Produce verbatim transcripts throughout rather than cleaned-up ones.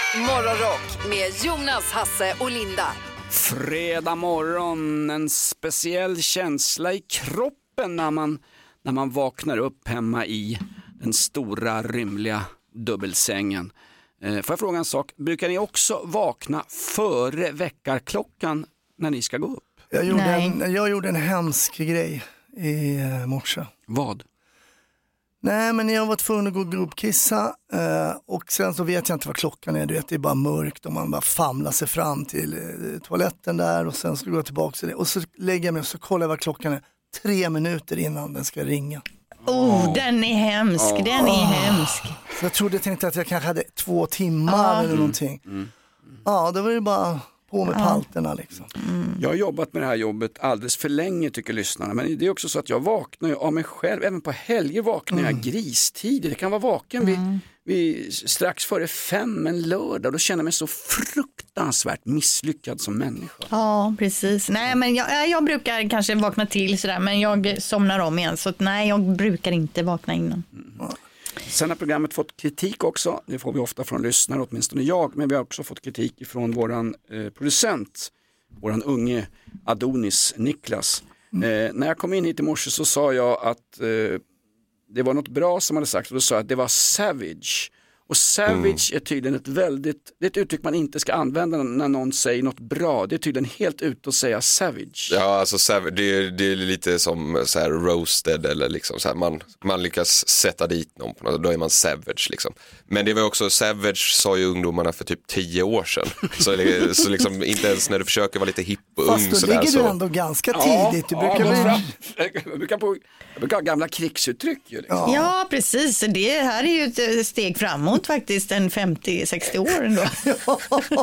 Morgonrock med Jonas, Hasse och Linda. Fredag morgon, en speciell känsla i kroppen när man, när man vaknar upp hemma i den stora rymliga dubbelsängen. Eh, får jag fråga en sak, brukar ni också vakna före väckarklockan när ni ska gå upp? Jag gjorde, en, jag gjorde en hemsk grej i eh, morse. Vad? Nej, men jag var tvungen att gå och gruppkissa eh, och sen så vet jag inte vad klockan är. Du vet, det är bara mörkt och man bara famlar sig fram till eh, toaletten där och sen så går jag tillbaka till det. Och så lägger jag mig och så kollar jag vad klockan är tre minuter innan den ska ringa. Oh, den är hemsk, oh. den är hemsk. Så jag trodde, tänkte att jag kanske hade två timmar oh. eller någonting. Mm. Mm. Ja, det var ju bara på med palterna liksom. Mm. Jag har jobbat med det här jobbet alldeles för länge, tycker lyssnarna. Men det är också så att jag vaknar ju av mig själv. Även på helger vaknar jag mm. gristider. Det kan vara vaken vid, mm. vid strax före fem en lördag. Då känner jag mig så fruktansvärt misslyckad som människa. Ja, precis. Nej, men jag, jag brukar kanske vakna till sådär. Men jag somnar om igen. Så att, nej, jag brukar inte vakna innan. Mm. Sen har programmet fått kritik också, det får vi ofta från lyssnare, åtminstone jag, men vi har också fått kritik från våran eh, producent, våran unge Adonis Niklas. Mm. Eh, när jag kom in hit i morse så sa jag att eh, det var något bra som hade sagt och då sa jag att det var savage. Och savage mm. är tydligen ett väldigt, det är ett uttryck man inte ska använda när någon säger något bra. Det är tydligen helt ut att säga savage. Ja, alltså savage, det är, det är lite som så här roasted eller liksom så här, man, man lyckas sätta dit någon på något, då är man savage liksom. Men det var också, savage sa ju ungdomarna för typ tio år sedan. Så, så liksom inte ens när du försöker vara lite hipp och fast ung då sådär. Fast då ligger så... du ändå ganska tidigt. Du brukar, ja, väl... jag, brukar på, jag brukar ha gamla krigsuttryck ju, liksom. ja. ja, precis. Det här är ju ett steg framåt faktiskt, en femtio sextio år ändå. Ja,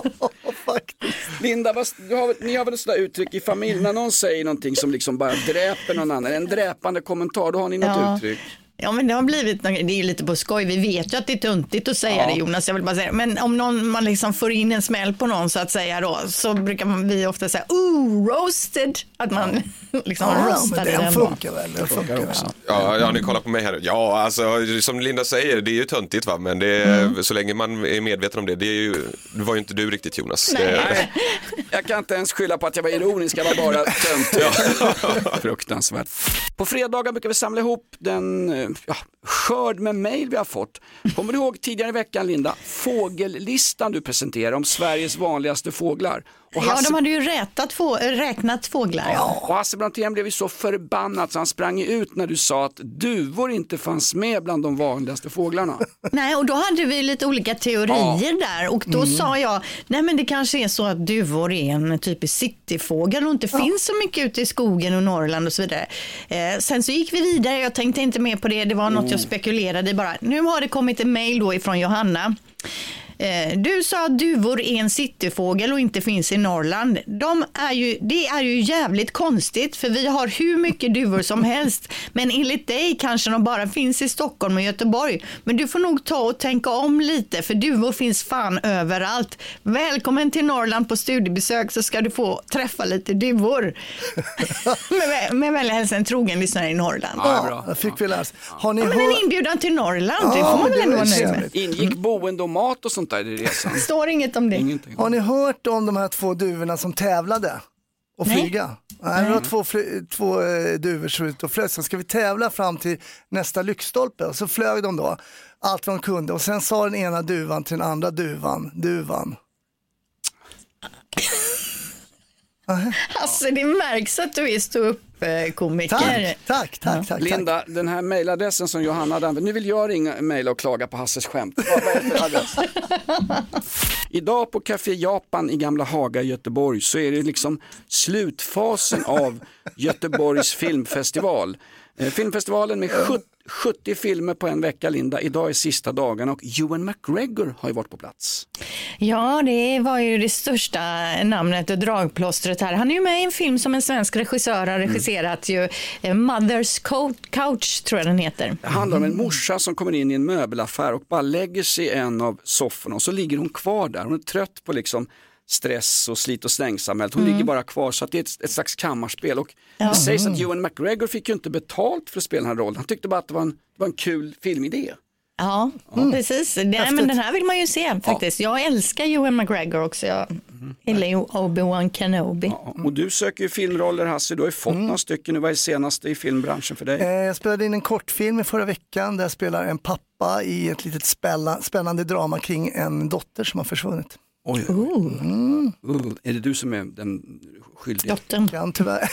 faktiskt. Linda, vad, du har, ni har väl ett sådär uttryck i familjen när någon säger någonting som liksom bara dräper någon annan, en dräpande kommentar, då har ni något ja. uttryck. Ja, men det har blivit, det är ju lite på skoj, vi vet ju att det är tuntigt att säga ja. det, Jonas, jag vill bara säga, men om någon, man liksom får in en smäll på någon så att säga då, så brukar man, vi ofta säga, ooh, roasted, att man ja. liksom ja, roastar det. Den funkar väl, det funkar också. Ja, ja, ni kollar på mig här. Ja, alltså, som Linda säger, det är ju töntigt va, men det är, mm. så länge man är medveten om det, det är ju, det var ju inte du riktigt, Jonas. Nej. Det... Nej, jag kan inte ens skylla på att jag var ironisk, jag var bara töntig. Ja. Fruktansvärt. På fredagar brukar vi samla ihop den, ja, skörd med mejl vi har fått. Kommer du ihåg tidigare i veckan, Linda, fågellistan du presenterade om Sveriges vanligaste fåglar? Och ja, Hasse... de hade ju rätat få... räknat fåglar. Ja. Ja. Och Hasse Brontén blev ju så förbannad så han sprang ut när du sa att duvor inte fanns med bland de vanligaste fåglarna. Nej, och då hade vi lite olika teorier ja. där och då mm. sa jag, nej men det kanske är så att duvor är en typisk cityfågel och inte ja. finns så mycket ute i skogen och Norrland och så vidare. Eh, sen så gick vi vidare, jag tänkte inte mer på det, det var något oh. jag spekulerade i bara. Nu har det kommit en mejl då ifrån Johanna. Du sa att duvor är en cityfågel och inte finns i Norrland. De är ju, det är ju jävligt konstigt för vi har hur mycket duvor som helst. Men enligt dig kanske de bara finns i Stockholm och Göteborg. Men du får nog ta och tänka om lite för duvor finns fan överallt. Välkommen till Norrland på studiebesök så ska du få träffa lite duvor. med med väl helst en trogen lyssnare i Norrland. Ja, bra. Jag fick vi läsa. Har ni ja, men en inbjudan till Norrland, ja, det får man väl ändå vara nöjd med. Ingick boende och mat och sånt där i resan? Står inget om det. Ingenting. Har ni hört om de här två duvorna som tävlade och Nej. flyga? Nej, det var två, fly- två eh, duvor som ut och flög. Så ska vi tävla fram till nästa lyktstolpe. Och så flög de då allt vad de kunde. Och sen sa den ena duvan till den andra duvan, duvan. Alltså det märks att du är stå upp komiker. Tack, tack, tack, tack. Linda, den här mejladressen som Johanna hade använt, nu vill jag ringa mejla och klaga på Hasses skämt. Vad är det för adress? Idag på Café Japan i Gamla Haga i Göteborg så är det liksom slutfasen av Göteborgs filmfestival. Eh, filmfestivalen med sjuttio filmer på en vecka, Linda. Idag är sista dagen och Ewan McGregor har ju varit på plats. Ja, det var ju det största namnet och dragplåstret här. Han är ju med i en film som en svensk regissör har regisserat mm. ju. Mother's Couch tror jag den heter. Det handlar om en morsa som kommer in i en möbelaffär och bara lägger sig i en av sofforna och så ligger hon kvar där. Hon är trött på liksom stress och slit och slängsamhället. Hon mm. ligger bara kvar så att det är ett, ett slags kammarspel. Och ja. det sägs att Ewan McGregor fick ju inte betalt för att spela den här rollen. Han tyckte bara att det var en, det var en kul filmidé. Ja, mm. precis. Det, men den här vill man ju se faktiskt. Ja. Jag älskar Ewan McGregor också. Jag gillar ju Obi-Wan Kenobi. Ja, och du söker ju filmroller, Hasse. Du har ju fått mm. några stycken. Nu var det senaste i filmbranschen för dig. Eh, jag spelade in en kortfilm i förra veckan där jag spelar en pappa i ett litet spälla, spännande drama kring en dotter som har försvunnit. Oj, oj. Oh. Mm. Uh, är det du som är den skyldiga? Dottern. Kan tyvärr.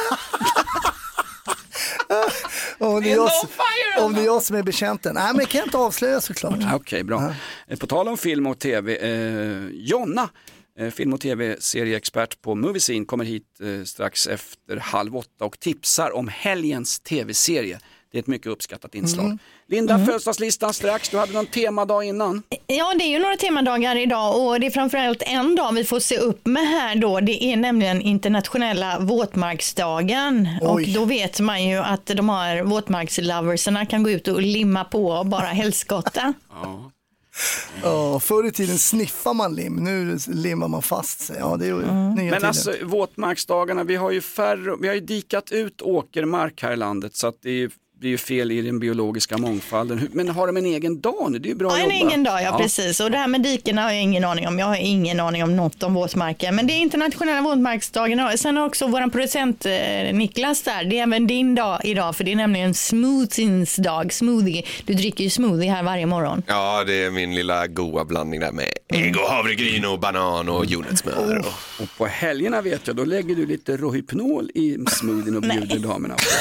Om det, är jag, om det är jag som är betjänten. Nej, men jag kan inte avslöja såklart. Okej, okay, bra. Ja. På tal om film och tv, eh, Jonna, eh, film- och tv-serieexpert på Moviescene, kommer hit eh, strax efter halv åtta och tipsar om helgens tv-serie. Det är ett mycket uppskattat inslag. Mm. Linda, mm. födelsedagslistan strax. Du hade någon temadag innan. Ja, det är ju några temadagar idag och det är framförallt en dag vi får se upp med här då. Det är nämligen internationella våtmarksdagen. Oj. Och då vet man ju att de här våtmarksloverserna kan gå ut och limma på och bara helskotta. Ja. Ja, förr i tiden sniffar man lim, nu limmar man fast sig. Ja, det är ju mm. nya Men alltså våtmarksdagarna, vi har ju färre, vi har ju dikat ut åkermark här i landet så att det är blir ju fel i den biologiska mångfalden. Men har de en egen dag nu? Det är ju bra ja, jobbat. En egen dag, ja, ja precis. Och det här med dikerna har jag ingen aning om. Jag har ingen aning om något om våtmarken. Men det är internationella våtmarksdagen. Sen har också vår producent eh, Niklas där. Det är även din dag idag. För det är nämligen smoothies dag. Smoothie. Du dricker ju smoothie här varje morgon. Ja, det är min lilla goa blandning där med ägg och havregryn och banan och jordnötssmör. Och... och på helgerna vet jag, då lägger du lite Rohypnol i smoothien och bjuder damerna på.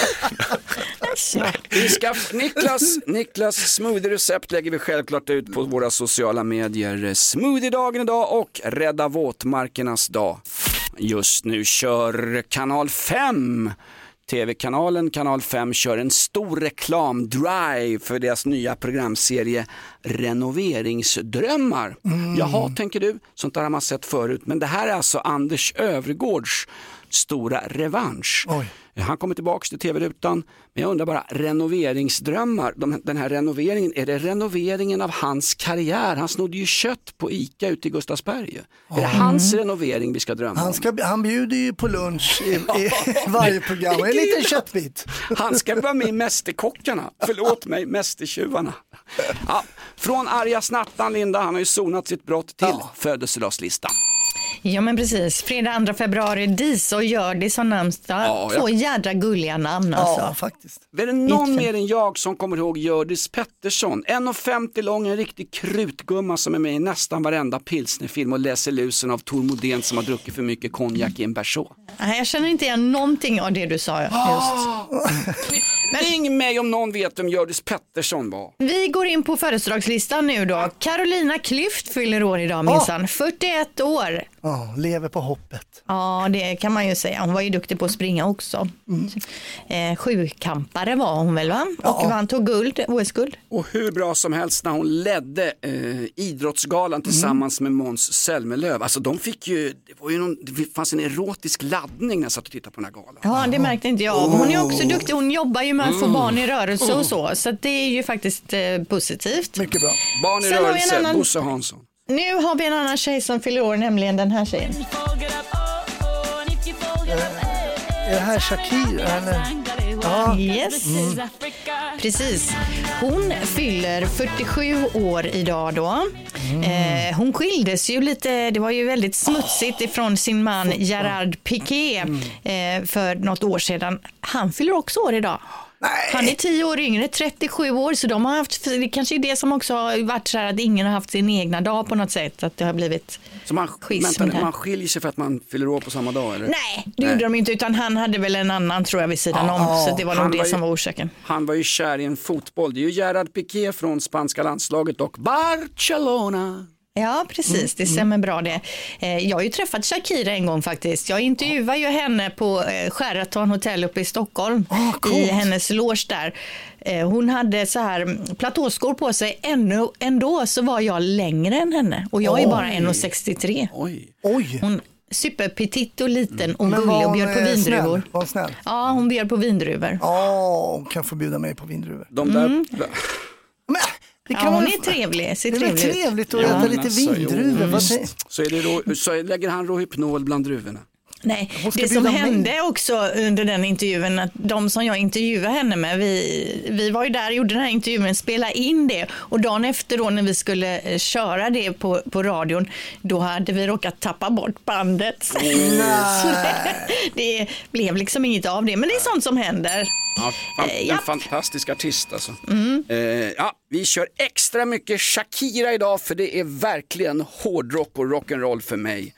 Vi ska, Niklas, Niklas smoothie-recept lägger vi självklart ut på våra sociala medier. Smoothie-dagen idag och Rädda våtmarkernas dag. Just nu kör kanal fem. Tv-kanalen Kanal fem kör en stor reklamdrive för deras nya programserie Renoveringsdrömmar. Mm. Jaha, tänker du, sånt där har man sett förut. Men det här är alltså Anders Öfvergårds stora revansch. Oj. Han kommer tillbaka till tv-rutan, men jag undrar bara, renoveringsdrömmar, de, den här renoveringen, är det renoveringen av hans karriär? Han snodde ju kött på Ica ute i Gustavsberg. Mm. Är det hans renovering vi ska drömma han ska, om? Han bjuder ju på lunch i, i varje program, en liten köttbit. Han ska vara med i Mästerkockarna, förlåt mig, Mästertjuvarna. Ja, från arga snattan, Linda, han har ju sonat sitt brott till ja. födelsedagslistan. Ja men precis, fredag andra februari, Dis och Hjördis har namnsdag. Ja, ja. Två jädra gulliga namn alltså. Ja, faktiskt. Är det någon mer än jag som kommer ihåg Hjördis Pettersson? en komma femtio lång, en riktig krutgumma som är med i nästan varenda pilsnerfilm och läser lusen av Tor Modén som har druckit för mycket konjak i en Berså. Nej, jag känner inte igen någonting av det du sa just. Ah! Men ring mig om någon vet vem Hjördis Pettersson var. Vi går in på födelsedagslistan nu då. Carolina Klüft fyller år idag minsann. Ah! fyrtioett år. Ja, oh, lever på hoppet. Ja, det kan man ju säga. Hon var ju duktig på att springa också. Mm. Eh, sjukampare var hon väl, va? Och ja. vann tog guld, O S-guld. Och hur bra som helst när hon ledde eh, idrottsgalan tillsammans mm. med Måns Zelmerlöw. Alltså de fick ju, det var ju någon, det fanns en erotisk laddning när jag satt och tittade på den här galan. Ja, det märkte inte jag. Hon är också duktig, hon jobbar ju med att få barn i rörelse och så. Så det är ju faktiskt eh, positivt. Mycket bra. Barn i Sen rörelse, annan... Bosse Hansson. Nu har vi en annan tjej som fyller år, nämligen den här tjejen. Är det här Shakira eller? Ja. Yes. Mm. Precis. Hon fyller fyrtiosju år idag då. Mm. Eh, hon skildes ju lite, det var ju väldigt smutsigt ifrån sin man Gerard Piqué mm. eh, för något år sedan. Han fyller också år idag. Nej. Han är tio år yngre, trettiosju år, så de har haft, det kanske är det som också har varit så här att ingen har haft sin egna dag på något sätt, att det har blivit så man, vänta, man skiljer sig för att man fyller år på samma dag eller? Nej, det gjorde de inte, utan han hade väl en annan tror jag vid sidan ah, om, så det var nog det var som ju, var orsaken. Han var ju kär i en fotboll, det är ju Gerard Piqué från spanska landslaget och Barcelona. Ja, precis. Det stämmer bra det. Jag har ju träffat Shakira en gång faktiskt. Jag intervjuade ju henne på Sheraton Hotel uppe i Stockholm. Oh, i hennes loge där. Hon hade så här platåskor på sig. Ändå, ändå så var jag längre än henne. Och jag är Oj. bara en komma sextiotre. Oj. Oj. Hon superpetit och liten och gullig och bjöd på vindruvor. Var hon snäll? Ja, hon bjöd på vindruvor. Ja, hon kan få bjuda mig på vindruvor. De där... Mm. Men... Det kan ja, hon man... är trevlig. Ser det är trevlig trevligt att ja. äta lite vindruvor. Mm. Så, är det ro... så lägger han rohypnol bland druvorna. Nej, Hon ska det som bjuda mig. hände också under den intervjun, att de som jag intervjuade henne med, vi, vi var ju där och gjorde den här intervjun, spela in det, och dagen efter då när vi skulle eh, köra det på, på radion, då hade vi råkat tappa bort bandet. Så det, det blev liksom inget av det, men det är sånt som händer. Ja, fan, Eh, en japp. fantastisk artist alltså. Mm. Eh, ja, vi kör extra mycket Shakira idag för det är verkligen hårdrock och rock'n'roll för mig.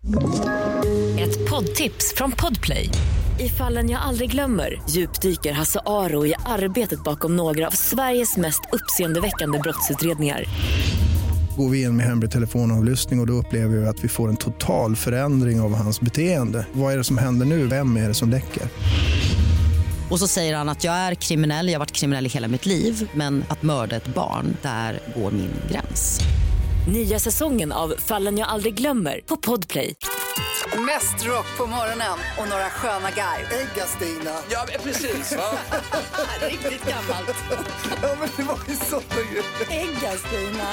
Ett poddtips från Podplay. I Fallen jag aldrig glömmer djupdyker Hasse Aro i arbetet bakom några av Sveriges mest uppseendeväckande brottsutredningar. Går vi in med hemlig telefonavlyssning och, och då upplever vi att vi får en total förändring av hans beteende. Vad är det som händer nu? Vem är det som läcker? Och så säger han att jag är kriminell, jag har varit kriminell i hela mitt liv, men att mörda ett barn, där går min gräns. Nya säsongen av Fallen jag aldrig glömmer på Podplay. Mest rock på morgonen och några sköna garv. Äggastina. Ja, precis va? Riktigt gammalt. Ja, men det var ju så grej. Äggastina.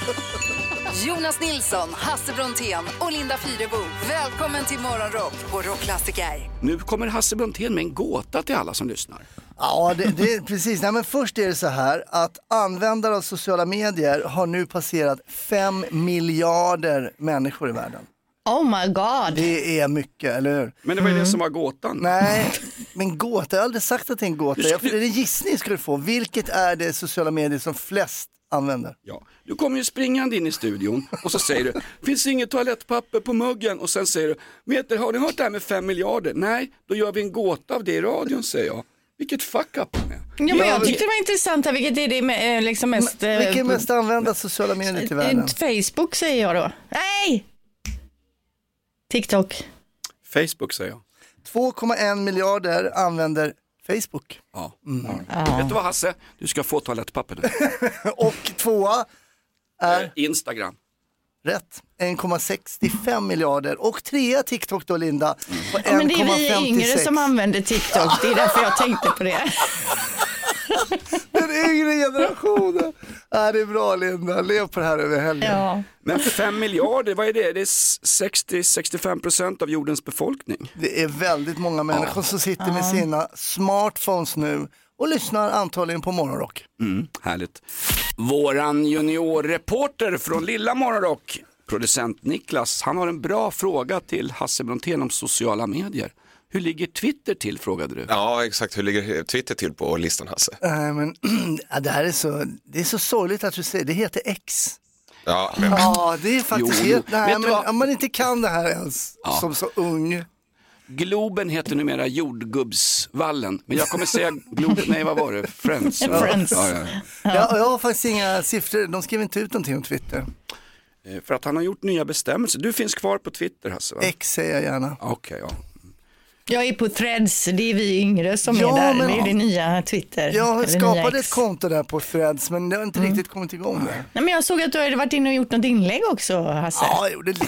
Jonas Nilsson, Hasse Brontén och Linda Fyrebo. Välkommen till Morgonrock på Rockklassiker. Nu kommer Hasse Brontén med en gåta till alla som lyssnar. Ja, det, det är precis. Nej, men först är det så här att användare av sociala medier har nu passerat fem miljarder människor i världen. Oh my god. Det är mycket, eller hur? Men det var ju det som var gåtan. Nej, men gåta, jag har aldrig sagt att det är en gåta. Jag, för det är en gissning ska du få. Vilket är det sociala medier som flest använder? Ja, du kommer ju springande in i studion och så säger du, finns inget toalettpapper på muggen, och sen säger du, vet du, har ni hört det här med fem miljarder? Nej, då gör vi en gåta av det i radion, säger jag. Vilket fuck up med. Ja, men jag tyckte det var intressant här, vilket är det med, eh, liksom mest... Eh, Vilket är mest använda sociala medier till världen? Facebook säger jag då. Nej! TikTok. Facebook säger jag. två komma en miljarder använder Facebook. Ja. Mm. Ja. Vet du vad Hasse? Du ska få toalettpapper nu. Och tvåa är Instagram. rätt, en komma sextiofem miljarder. Och trea TikTok då, Linda, på Ja, men det är en komma vi femtiosex. yngre som använder TikTok. Det är därför jag tänkte på det. Den yngre generationen. Ja, det är bra, Linda, lev på det här över helgen. Ja. Men fem miljarder, vad är det? Det är sextio till sextiofem procent av jordens befolkning. Det är väldigt många människor som sitter med sina smartphones nu och lyssnar antagligen på Morgonrock. Mm, härligt. Våran juniorreporter från Lilla Morgonrock, producent Niklas, han har en bra fråga till Hasse Brontén om sociala medier. Hur ligger Twitter till, frågade du? Ja, exakt. Hur ligger Twitter till på listan, Hasse? Nej, men ja, det här är så, det är så sorgligt att du säger, det heter X. Ja, men, Ja, det är faktiskt Jo, helt, nej, vet du men vad? om man inte kan det här ens Ja. som så ung. Globen heter numera jordgubbsvallen, men jag kommer säga Globen, nej vad var det? Friends. Friends. Ja, ja. Jag, jag har faktiskt inga siffror, de skriver inte ut någonting om Twitter. Eh, För att han har gjort nya bestämmelser. Du finns kvar på Twitter, Hasse, va? X säger jag gärna. Okej, ja. Jag är på Threads, det är vi yngre som Ja, är där. men- Det är det nya Twitter. Jag eller nya skapade X. ett konto där på Threads, men det har inte riktigt kommit igång där. Nej, men jag såg att du hade varit inne och gjort något inlägg också, Hasse. Ja, jag gjorde lite.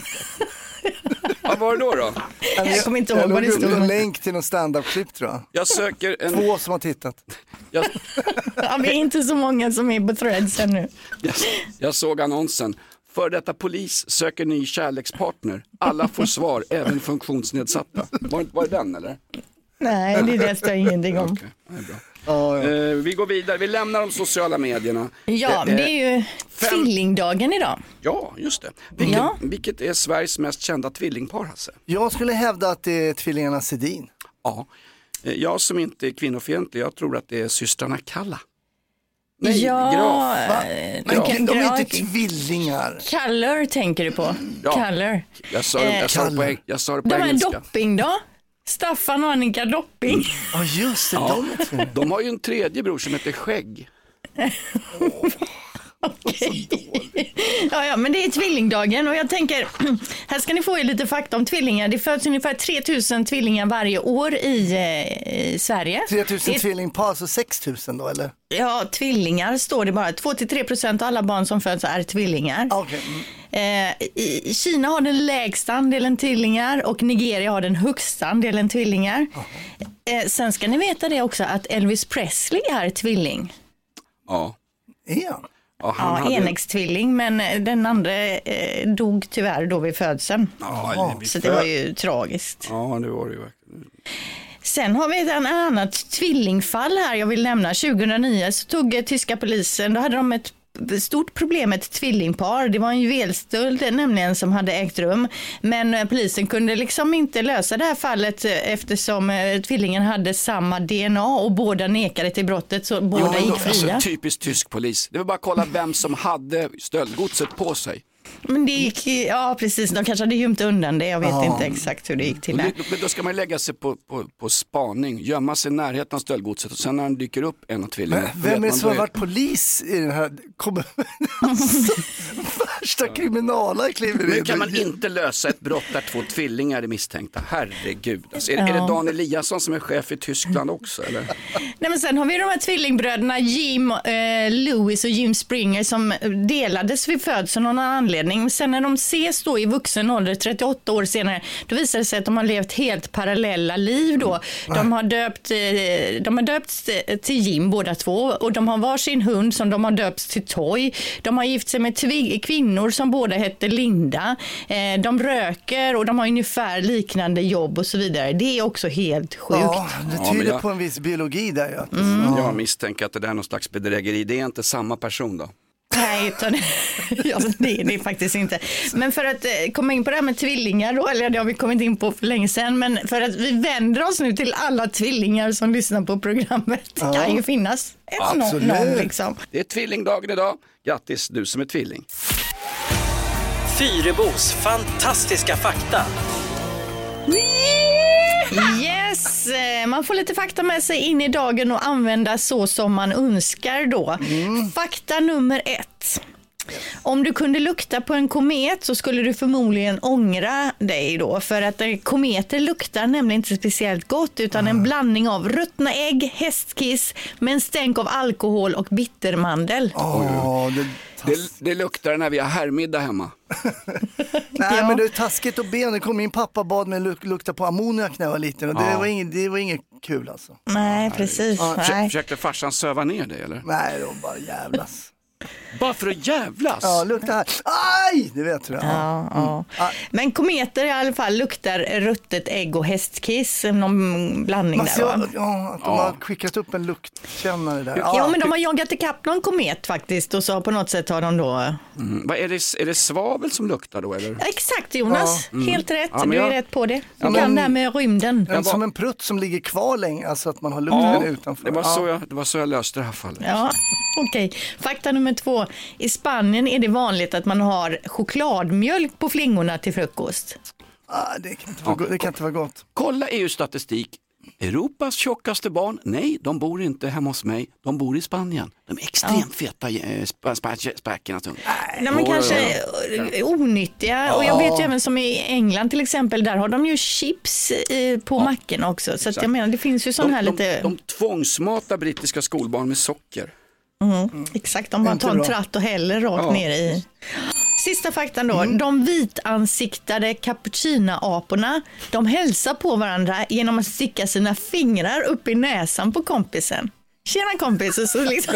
Vad var det då då? Jag kommer inte ihåg jag vad det låg upp stod. en länk till någon stand-up-klipp, tror jag. Jag söker en... Två som har tittat. Jag, Ja, vi är inte så många som är på Threads ännu. jag, jag såg annonsen. För detta polis söker ny kärlekspartner. Alla får svar, även funktionsnedsatta. Var, det- var det den eller? Nej, det läste jag ingenting om. Okej, det är bra. Ja, ja. Eh, vi går vidare, vi lämnar de sociala medierna. Ja, Eh, men det är ju fem- tvillingdagen idag. Ja, just det. Vilket, Ja. vilket är Sveriges mest kända tvillingpar, Hasse? Jag skulle hävda att det är tvillingarna Sedin. Ja. Eh, Jag som inte är kvinnofientlig, jag tror att det är systrarna Kalla. Nej, ja, Graf. Va? eh, Men kan- de är ja, inte tvillingar. Color tänker du på. Ja. Color. Jag sa, jag sa, det, på, eng- jag sa det på De här engelska. Dopping då? Staffan och Annika Dopping. Ja, just det, de är tvillingar. De har ju en tredje bror som heter Skägg. Ja, ja, men det är tvillingdagen och jag tänker, här ska ni få er lite fakta om tvillingar. Det föds ungefär tre tusen tvillingar varje år i, eh, i Sverige. tre tusen Det- tvillingpar, så sex tusen då, eller? Ja, tvillingar står det bara. två till tre procent av alla barn som föds är tvillingar. Okej. Mm. Eh, i Kina har den lägsta andelen tvillingar och Nigeria har den högsta andelen tvillingar. Eh, sen ska ni veta det också att Elvis Presley är tvilling. Ja. Är han? Ja, han Ja, hade... enäggstvilling, men den andra eh, dog tyvärr då vid födseln. Ja, det så det var ju tragiskt. Ja, det var det ju verkligen. Sen har vi ett annat tvillingfall här jag vill nämna. tjugohundranio så tog tyska polisen, då hade de ett stort problem med ett tvillingpar. Det var en juvelstöld nämligen som hade ägt rum. Men polisen kunde liksom inte lösa det här fallet eftersom tvillingen hade samma D N A och båda nekade till brottet, så båda ja, gick fria. Alltså, typiskt tysk polis. Det var bara att kolla vem som hade stöldgodset på sig. Men det gick, ja precis, de kanske hade gömt undan det, jag vet ja. inte exakt hur det gick till. Men då ska man lägga sig på, på, på spaning, gömma sig i närheten av stöldgodset och sen när den dyker upp en av tvillingarna. Vem är det som har varit polis i den här värsta kriminala kliver? Nu kan man inte lösa ett brott där två tvillingar är misstänkta. Herregud. Alltså, är, ja. är det Dan Eliasson som är chef i Tyskland också? Eller? Nej, men sen har vi de här tvillingbröderna Jim eh, Lewis och Jim Springer som delades vid födseln av någon anledning. Sen när de ses då i vuxen ålder, trettioåtta år senare, då visar det sig att de har levt helt parallella liv då. De har döpt, de har döpt till Jim båda två och de har varsin hund som de har döpt till Toy. De har gift sig med tv- kvinnor som båda hette Linda. De röker och de har ungefär liknande jobb och så vidare. Det är också helt sjukt. Ja, det tyder ja, jag... på en viss biologi där. Ja. Mm. Jag misstänker att det där är någon slags bedrägeri. Det är inte samma person då. Nej, utan, ja, det är det faktiskt inte. Men för att eh, komma in på det här med tvillingar då, eller det har vi kommit in på för länge sedan, men för att vi vänder oss nu till alla tvillingar som lyssnar på programmet. Det ja. kan ju finnas ett någon, någon liksom. Det är tvillingdagen idag. Grattis du som är tvilling. Fyrebos fantastiska fakta. Yes, man får lite fakta med sig in i dagen och använda så som man önskar då. Mm. Fakta nummer ett. Om du kunde lukta på en komet så skulle du förmodligen ångra dig då, för att kometer luktar nämligen inte speciellt gott utan en blandning av ruttna ägg, hästkiss med en stänk av alkohol och bittermandel. Oh, det... Det, det luktar när vi har härmiddag hemma. Nej, ja. men det är taskigt och ben. Det kom min pappa bad mig luk- lukta på ammoniak när jag var liten. Och det, ja. var inget, det var inget kul alltså. Nej, precis. Ja. Nej. Försökte farsan söva ner dig eller? Nej, det var bara jävlas. Bara för att jävlas? Ja, lukta här. Aj! Det vet du. Ja. Ja, ja. Mm. Men kometer i alla fall luktar ruttet ägg och hästkiss. Någon blandning Man där ser, va? ja, att de ja. har skickat upp en luktkännare där. Ja, ja, men de har jagat ikapp någon komet faktiskt och så på något sätt har de då... Mm. Är, det, är det svavel som luktar då eller? Exakt Jonas, ja. mm. helt rätt. Ja, du är jag... rätt på det. Du ja, kan det här med rymden. En, som en prutt som ligger kvar länge, alltså att man har lukten ja, utanför. Det var, så jag, det var så jag löste det här fallet. Ja, okej. Okay. Fakta nummer två. I Spanien är det vanligt att man har chokladmjölk på flingorna till frukost. Ah, det, kan inte vara, ja. det kan inte vara gott. Kolla E U-statistik. Europas tjockaste barn, nej, de bor inte hemma hos mig. De bor i Spanien. De är extremt ja. feta sp- späcken. Alltså. Nej, men oh, kanske ja. onyttiga. Ja. Och jag vet ju även som i England till exempel, där har de ju chips eh, på ja. mackorna också. Så att jag menar, det finns ju sån de, här de, lite... De tvångsmatar brittiska skolbarn med socker. Mm. Mm. Exakt, de bara tar en tratt och häller rakt ja. ner i. Sista faktan då, mm. de vitansiktade cappuccino-aporna, de hälsar på varandra genom att sticka sina fingrar upp i näsan på kompisen. Tjena kompis, så liksom.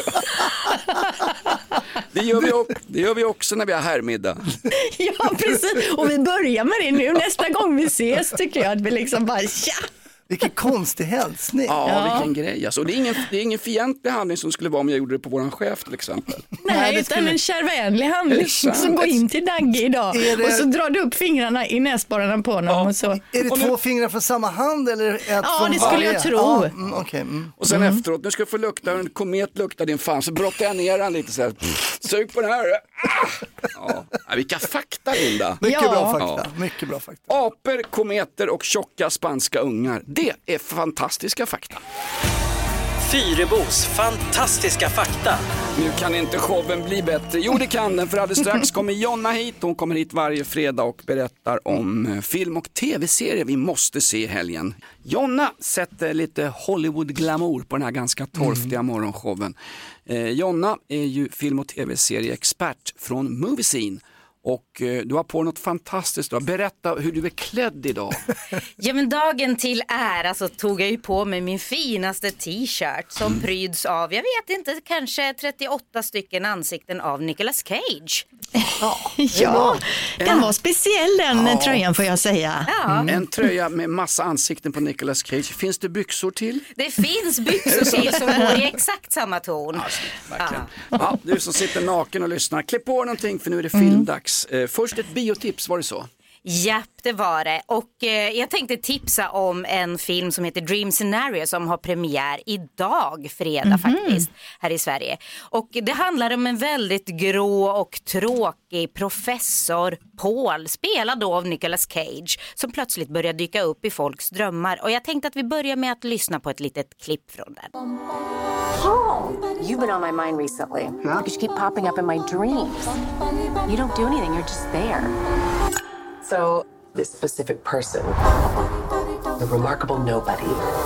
det, gör vi också, det gör vi också när vi har härmiddag. Ja, precis. Och vi börjar med det nu. Nästa gång vi ses tycker jag att vi liksom bara, tja! Vilken konstig hälsning. Ja, ja, vilken grej. Alltså, det, är ingen, det är ingen fientlig handling som skulle vara om jag gjorde det på våran chef till exempel. Nej, Nej utan skulle... en kärvänlig handling som går in till Dagge idag. Det... Och så drar du upp fingrarna i näsborrarna på honom. Ja. Och så. Är det och två nu... fingrar från samma hand? Eller ett ja, från det skulle varje? jag tro. Ja, mm, okay, mm. Och sen mm. efteråt, nu ska jag få lukta, en komet luktar din fan. Så brottar jag ner han lite så här. Sug på den här. Ja. Ja, vilka fakta, Linda. Mycket ja. bra fakta. Ja. Mycket bra fakta. Aper, kometer och tjocka spanska ungar. Det är fantastiska fakta. Fyrebos fantastiska fakta. Nu kan inte showen bli bättre. Jo, det kan den, för alldeles strax kommer Jonna hit. Hon kommer hit varje fredag och berättar om film- och tv-serier vi måste se i helgen. Jonna sätter lite Hollywood-glamour på den här ganska torftiga mm. morgonshowen. Eh, Jonna är ju film- och tv-serieexpert från Moviescene. Och eh, du har på något fantastiskt då. Berätta hur du är klädd idag. Ja, men dagen till ära så tog jag ju på mig min finaste t-shirt som mm. pryds av, jag vet inte, kanske trettioåtta stycken ansikten av Nicolas Cage. Ja, ja. Den var speciell den ja. tröjan får jag säga. Ja. Mm. En tröja med massa ansikten på Nicolas Cage. Finns det byxor till? Det finns byxor till som går i exakt samma ton. Ja, verkligen. Ja. Ja, du som sitter naken och lyssnar, klä på någonting för nu är det filmdags. Mm. Först ett biotips, var det så? Japp, det var det. Och eh, jag tänkte tipsa om en film som heter Dream Scenario som har premiär idag, fredag mm-hmm. faktiskt, här i Sverige. Och det handlar om en väldigt grå och tråkig professor, Paul, spelad då av Nicolas Cage, som plötsligt börjar dyka upp i folks drömmar. Och jag tänkte att vi börjar med att lyssna på ett litet klipp från den. Paul, you've been on my mind recently. Yeah? You just keep popping up in my dreams. You don't do anything, you're just there. So, this specific person, the remarkable nobody.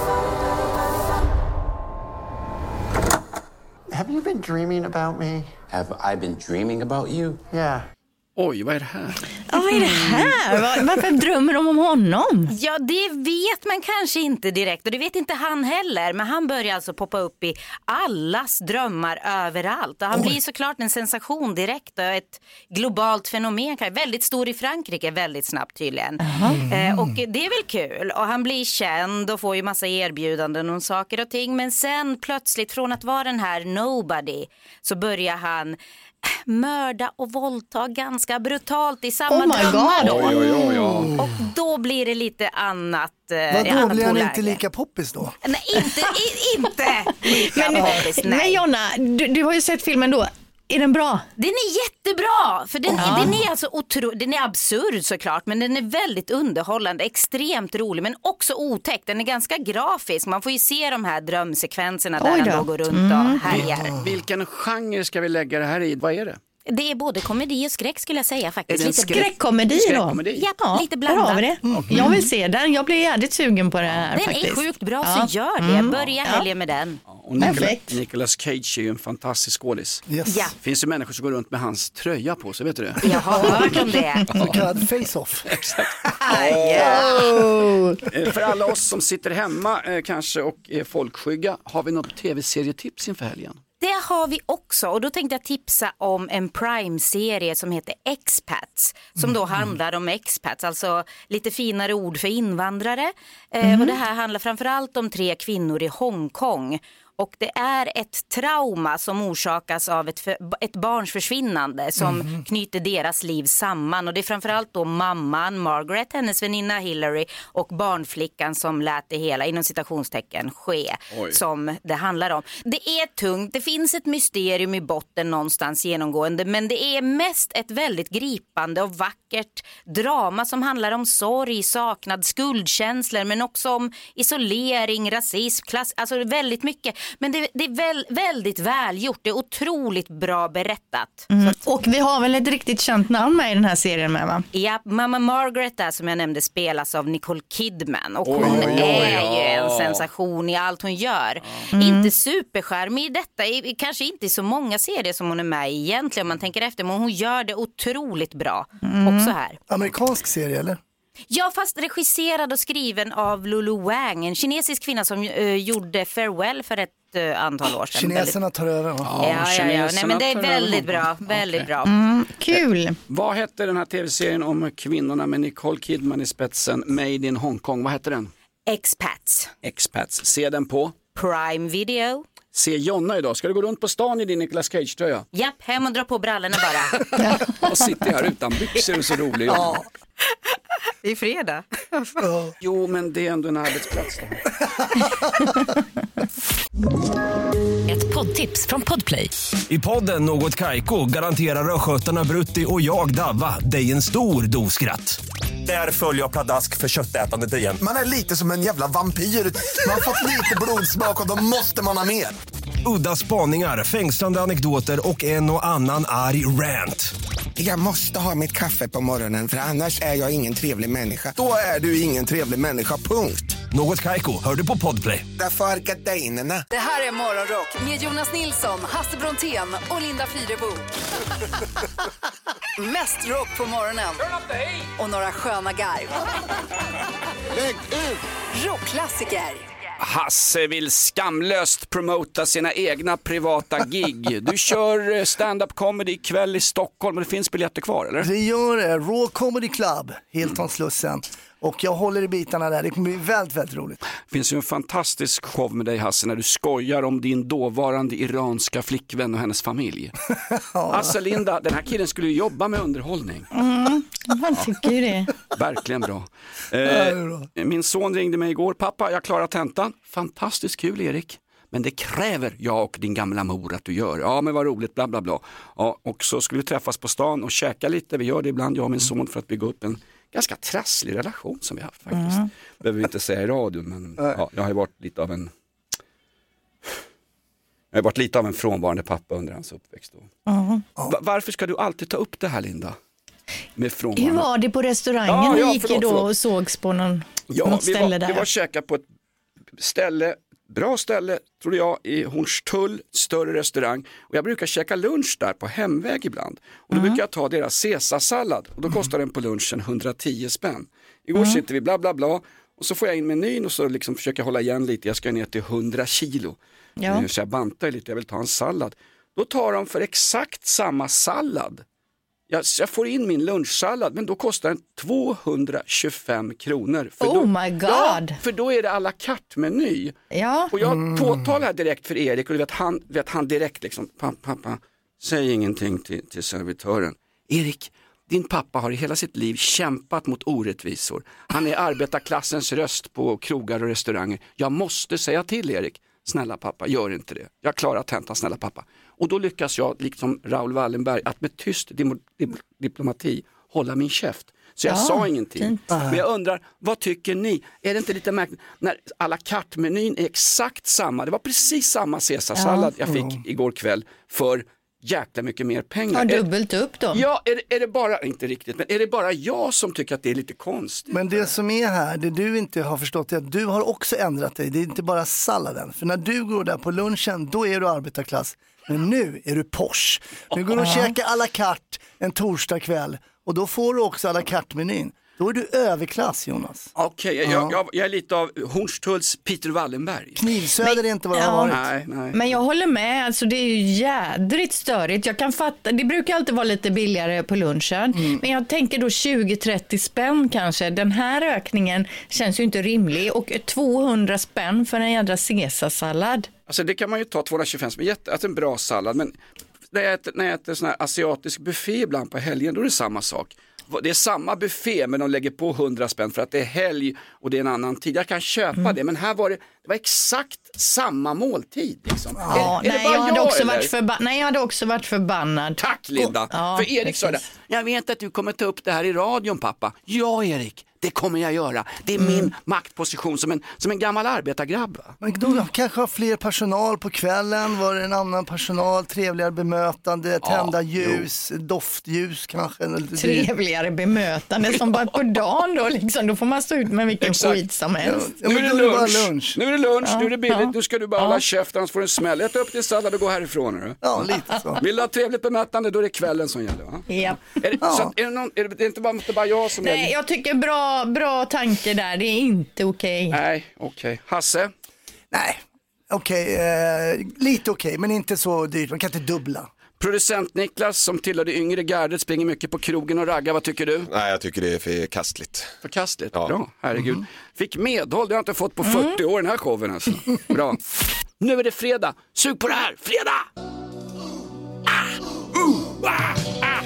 Have you been dreaming about me? Have I been dreaming about you? Yeah. Oj, vad är det här? Ja, vad är det här? Varför drömmer de om honom? Ja, det vet man kanske inte direkt och det vet inte han heller. Men han börjar alltså poppa upp i allas drömmar överallt. Och han Oj. blir såklart en sensation direkt och ett globalt fenomen. Väldigt stor i Frankrike, väldigt snabbt tydligen. Uh-huh. Eh, och det är väl kul. Och han blir känd och får ju massa erbjudanden och saker och ting. Men sen plötsligt, från att vara den här nobody, så börjar han mörda och våldta ganska brutalt i samma oh drömmar då. Oj, oj, oj, oj. Och då blir det lite annat. Vad då blir han inte lika poppis då? Nej, inte, i, inte lika men, poppis, nej. Men Jonna, du, du har ju sett filmen då. Är den bra? Den är jättebra, för den, ja. den är alltså otro, den är absurd såklart, men den är väldigt underhållande, extremt rolig, men också otäck. Den är ganska grafisk, man får ju se de här drömsekvenserna där han då går runt mm. och härjar. Vilken genre ska vi lägga det här i? Vad är det? Det är både komedi och skräck skulle jag säga faktiskt. Är det en skräck- skräckkomedi då? Skräckkomedi? Ja, ja, lite blandat. Har vi det. Mm. Jag vill se den. Jag blir jävligt sugen på det här den faktiskt. Den är sjukt bra, ja. så gör det. Börja helgen ja. med den. Ja, och Nicolas, Nicolas Cage är ju en fantastisk skådis. Yes. Ja. Finns ju människor som går runt med hans tröja på, så vet du det? Jag har hört om det. Så kallad face-off. Exakt. Oh. För alla oss som sitter hemma eh, kanske och är folkskygga, har vi något tv-serietips inför helgen? Det har vi också, och då tänkte jag tipsa om en Prime-serie som heter Expats, som då handlar om expats, alltså lite finare ord för invandrare. Mm. Eh, och det här handlar framförallt om tre kvinnor i Hongkong. Och det är ett trauma som orsakas av ett, för, ett barns försvinnande som mm. knyter deras liv samman. Och det är framförallt då mamman, Margaret, hennes väninna Hillary och barnflickan som lät det hela inom citationstecken ske. Oj. Som det handlar om. Det är tungt, det finns ett mysterium i botten någonstans genomgående, men det är mest ett väldigt gripande och vackert drama som handlar om sorg, saknad, skuldkänslor, men också om isolering, rasism, klass, alltså väldigt mycket. Men det, det är väl, väldigt välgjort, det är otroligt bra berättat. Mm. Så. Och vi har väl ett riktigt känt namn med i den här serien med, va? Ja, mamma Margaret där som jag nämnde spelas av Nicole Kidman. Och oj, hon oj, oj, är ja. ju en sensation i allt hon gör. Mm. Inte superskärmig i detta, kanske inte i så många serier som hon är med i egentligen om man tänker efter. Men hon gör det otroligt bra mm. också här. Amerikansk serie eller? Ja, fast regisserad och skriven av Lulu Wang, en kinesisk kvinna som uh, gjorde Farewell för ett uh, antal år sedan. Kineserna tar över, va? Ja, ja, ja, ja. Nej, men det är väldigt bra, väldigt okay. bra. Mm, kul. Eh, vad hette den här tv-serien om kvinnorna med Nicole Kidman i spetsen, Made in Hongkong? Vad hette den? Expats. Expats. Se den på? Prime Video. Se Jonna idag. Ska du gå runt på stan i din Nicolas Cage-tröja? Japp, hem och dra på brallorna bara. Och sitter här utan byxor och så rolig. Ja. Det är fredag. Jo, men det är ändå en arbetsplats då. Ett poddtips från Podplay. I podden Något Kaiko garanterar skötarna Brutti och jag Davva dig en stor doskratt. Där följer jag pladask för köttätandet igen. Man är lite som en jävla vampyr. Man har fått lite blodsmak och då måste man ha mer. Udda spaningar, fängslande anekdoter och en och annan arg rant. Jag måste ha mitt kaffe på morgonen för annars är jag ingen trevlig människa. Då är du ingen trevlig människa, punkt. Något Kaiko, hör du på Podplay. Därför är gardinerna. Det här är Morgonrock med Jonas Nilsson, Hasse Brontén och Linda Fyrebo. Mest rock på morgonen. Och några sköna garv. Lägg ut! Rockklassiker. Hasse vill skamlöst promota sina egna privata gig. Du kör stand-up comedy ikväll i Stockholm, och det finns biljetter kvar, eller? Det gör det. Raw Comedy Club, Hiltonslussen. Och jag håller i bitarna där. Det kommer bli väldigt, väldigt roligt. Det finns ju en fantastisk show med dig, Hasse, när du skojar om din dåvarande iranska flickvän och hennes familj. Hasse, Linda, den här killen skulle ju jobba med underhållning. Mm, man tycker ju det. Verkligen bra. Eh, min son ringde mig igår. Pappa, jag klarar tentan. Fantastiskt kul, Erik. Men det kräver jag och din gamla mor att du gör. Ja, men vad roligt, bla bla bla. Ja, och så skulle vi träffas på stan och käka lite. Vi gör det ibland, jag och min son, för att bygga upp en ganska trasslig relation som vi har haft faktiskt. Mm. Behöver vi inte säga i radion, men ja, jag har ju varit lite av en jag har varit lite av en frånvarande pappa under hans uppväxt. Mm. Va- varför ska du alltid ta upp det här, Linda? Med frånvarande. Hur var det på restaurangen? Ja, ja, Ni gick förlåt, då förlåt. och sågs på någon, Ja, något vi ställe var, där. vi var käka på ett ställe, bra ställe tror jag, i Hornstull, större restaurang. Och jag brukar käka lunch där på hemväg ibland. Och då Mm. brukar jag ta deras caesarsallad. Och då kostar den på lunchen hundratio spänn. Igår Mm. sitter vi bla bla bla. Och så får jag in menyn och så liksom försöker jag hålla igen lite. Jag ska ner till hundra kilo. Ja. Så jag bantar lite, jag vill ta en sallad. Då tar de för exakt samma sallad. Jag, jag får in min lunchsallad, men då kostar den tvåhundratjugofem kronor. För Oh då, my God. Ja, för då är det à la carte-meny. Ja. Och jag påtalar här direkt för Erik, och du vet han, vet han direkt liksom, pappa, pappa, säg ingenting till, till servitören. Erik, din pappa har i hela sitt liv kämpat mot orättvisor. Han är arbetarklassens röst på krogar och restauranger. Jag måste säga till Erik, snälla pappa, gör inte det. Jag klarar tentan, snälla pappa. Och då lyckas jag, liksom Raoul Wallenberg, att med tyst dim- dim- diplomati hålla min käft. Så jag Ja, sa ingenting. fint. Men jag undrar, vad tycker ni? Är det inte lite märkligt när à la carte-menyn är exakt samma? Det var precis samma caesarsallad Ja. jag fick igår kväll för jäkla mycket mer pengar. Ja, Är- dubbelt upp då. Ja, är, det- är det bara, inte riktigt, men är det bara jag som tycker att det är lite konstigt? Men det som är här, det du inte har förstått är att du har också ändrat dig. Det är inte bara salladen. För när du går där på lunchen, då är du arbetarklass. Men nu är du Porsche. Nu går du och Ja. käkar à la carte en torsdag kväll. Och då får du också à la carte-menyn. Då är du överklass, Jonas. Okej, jag, Ja. jag, jag är lite av Hornstulls Peter Wallenberg. Knivsöder är inte vad det har Ja. varit. Nej, nej. Men jag håller med, alltså det är ju jädrigt störigt. Jag kan fatta, det brukar alltid vara lite billigare på lunchen. Mm. Men jag tänker då tjugo trettio spänn kanske. Den här ökningen känns ju inte rimlig. Och tvåhundra spänn för en jädra caesarsallad. Alltså det kan man ju ta tvåhundratjugofem som är jätte, alltså en bra sallad, men när jag äter, när jag äter sån här asiatisk buffé ibland på helgen, då är det samma sak. Det är samma buffé, men de lägger på hundra spänn för att det är helg och det är en annan tid. Jag kan köpa Mm. det, men här var det, det var exakt samma måltid. Liksom. Ja, är, är nej, det bara jag hade jag, också eller? varit förba- nej, jag hade också varit förbannad. Tack Linda, Ja, för Erik sa det. precis. Jag vet att du kommer ta upp det här i radion, pappa. Ja, Erik, det kommer jag göra. Det är min maktposition som en, som en gammal arbetargrabb. Va? Men då kanske har fler personal på kvällen, var det en annan personal, trevligare bemötande, tända ljus, doftljus kanske. eller lite dyrt. Trevligare bemötande som bara på dagen då liksom. Då får man stå ut med vilken Exakt. skit som helst. Ja, Nu men är då det är det bara lunch. lunch. Nu är det lunch, Ja, nu är det billigt, ja. nu ska du bara Ja. hålla käften, annars får du en smäll. Äta upp din sallad och gå härifrån. Är Ja, lite så. Vill du ha trevligt bemötande, då är det kvällen som gäller. Va? Ja. Är det, Ja. så att, är det, någon, är det, det är inte bara, inte bara jag som Nej, är... jag tycker bra, bra tanke där. Det är inte okej. Nej, okej. Hasse? Nej, okej, eh, lite okej, men inte så dyrt. Man kan inte dubbla. Producent Niklas som tillhör det yngre gardet springer mycket på krogen och raggar. Vad tycker du? Nej, jag tycker det är för kastligt. Förkastligt. Ja. Bra, herregud. Mm. Fick medhåll, det har jag inte fått på fyrtio år den här showen alltså. Bra. Nu är det fredag. Sug på det här. Fredag! Ah! Uh! Ah! Ah!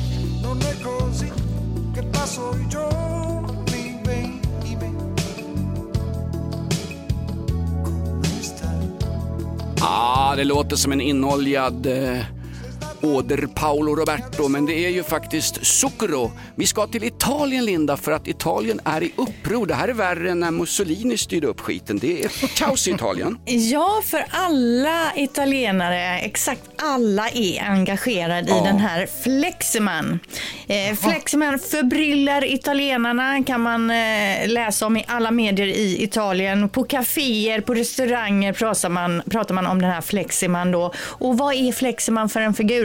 Ah, det låter som en inoljad eh, åder Paolo Roberto, men det är ju faktiskt Zucchero. Vi ska till Italien, Linda, för att Italien är i uppror. Det här är värre än när Mussolini styrde upp skiten. Det är kaos i Italien. Ja, för alla italienare, exakt alla är engagerade Ja. i den här Fleximan. Eh, Fleximan förbryllar italienarna, kan man eh, läsa om i alla medier i Italien. På kaféer, på restauranger pratar man, pratar man om den här Fleximan då. Och vad är Fleximan för en figur?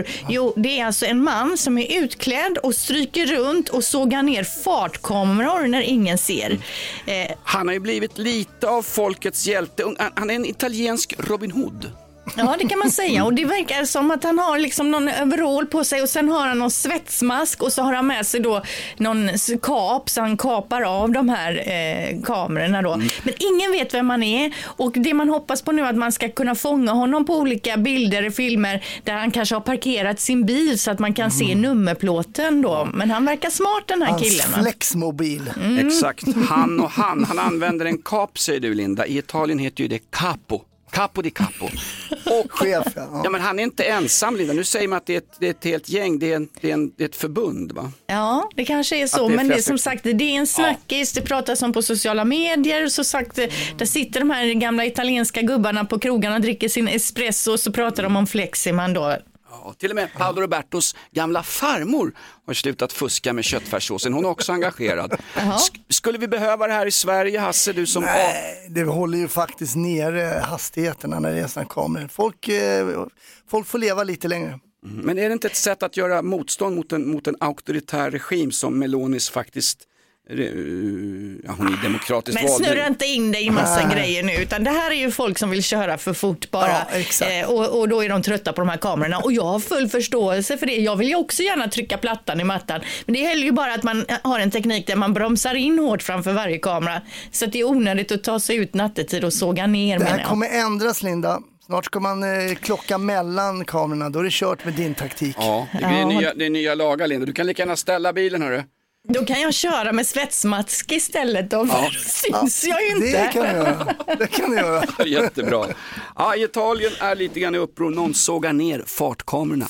Jo, det är alltså en man som är utklädd och stryker runt och sågar ner fartkameror när ingen ser. Eh, Han har ju blivit lite av folkets hjälte. Han är en italiensk Robin Hood. Ja, det kan man säga. Och det verkar som att han har liksom någon overall på sig och sen har han någon svetsmask och så har han med sig då någon kap så han kapar av de här eh, kamerorna då. Mm. Men ingen vet vem han är och det man hoppas på nu är att man ska kunna fånga honom på olika bilder och filmer där han kanske har parkerat sin bil så att man kan mm. se nummerplåten då. Men han verkar smart den här Hans killen. Hans flexmobil. Mm. Exakt. Han och han. Han använder en kap, säger du Linda. I Italien heter ju det capo. Capo di capo. Och, Chef, ja. ja, men han är inte ensam, Linda. Nu säger man att det är ett, det är ett helt gäng, det är, en, det, är en, det är ett förbund, va? Ja, det kanske är så, det är men det är som sagt, det är en snackis, ja. Det pratas om på sociala medier, så sagt, där sitter de här gamla italienska gubbarna på krogarna och dricker sin espresso och så pratar de om Fleximan då. Ja, till och med Paolo Robertos gamla farmor har slutat fuska med köttfärssåsen. Hon är också engagerad. Sk- skulle vi behöva det här i Sverige, Hasse? Du som Nej, det håller ju faktiskt ner hastigheterna när det är såna kameror. Folk, eh, folk får leva lite längre. Mm. Men är det inte ett sätt att göra motstånd mot en, mot en auktoritär regim som Melonis faktiskt... Ja, hon är demokratiskt Men vald. snurra inte in dig i massa äh. grejer nu, utan det här är ju folk som vill köra för fort bara. Ja, eh, och, och då är de trötta på de här kamerorna och jag har full förståelse för det. Jag vill ju också gärna trycka plattan i mattan, men det gäller ju bara att man har en teknik där man bromsar in hårt framför varje kamera så att det är onödigt att ta sig ut nattetid och såga ner. Det här kommer ändras, Linda. Snart ska man eh, klocka mellan kamerorna, då är det kört med din taktik. Ja, det är, ja. Nya, det är nya lagar, Linda. Du kan lika gärna ställa bilen, hörru. Då kan jag köra med svetsmask istället. Då ja. syns ja, jag ju inte. Det kan jag göra. Det kan jag göra. Jättebra. Ja, i Italien är lite grann i uppror. Någon sågar ner fartkamerorna.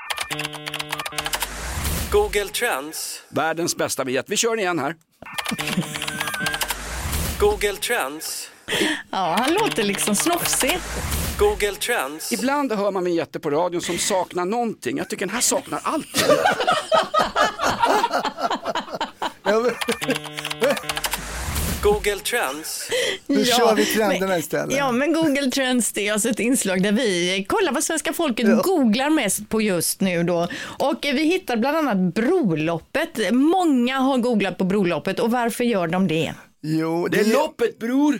Google Trends. Världens bästa biljett. Vi kör den igen här. Google Trends. Ja, han låter liksom snofsig. Google Trends. Ibland hör man vinjetter på radion som saknar någonting. Jag tycker den här saknar allt. Google Trends. Nu ja, kör vi trenderna men, istället. Ja, men Google Trends, det är alltså ett inslag där vi kollar vad svenska folket ja. googlar mest på just nu då. Och vi hittar bland annat Broloppet. Många har googlat på Broloppet och varför gör de det? Jo, det är loppet, bror.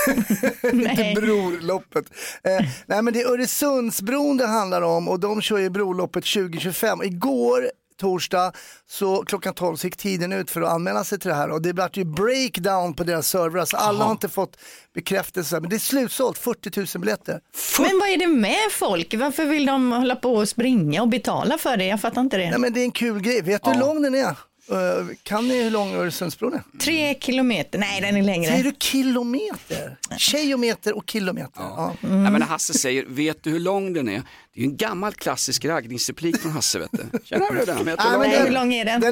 Inte brorloppet. Eh, nej, men det är Öresundsbron det handlar om och de kör ju Broloppet tjugo tjugofem. Igår torsdag så klockan tolv så gick tiden ut för att anmäla sig till det här och det blev ju breakdown på deras servrar så alla Aha. har inte fått bekräftelse, men det är slutsålt fyrtio tusen biljetter. Men vad är det med folk? Varför vill de hålla på och springa och betala för det? Jag fattar inte det. Nej, men det är en kul grej. Vet du ja. hur lång den är? Uh, kan ni hur lång Öresundsbron är? Tre kilometer, nej den är längre. Säger du kilometer? Tjejometer och kilometer. Ja. Ja. Mm. Ja, men Hasse säger, vet du hur lång den är? Det är ju en gammal klassisk raggningsreplik från Hasse, vet du. Känner du den? Nej, men den, hur lång är den? Den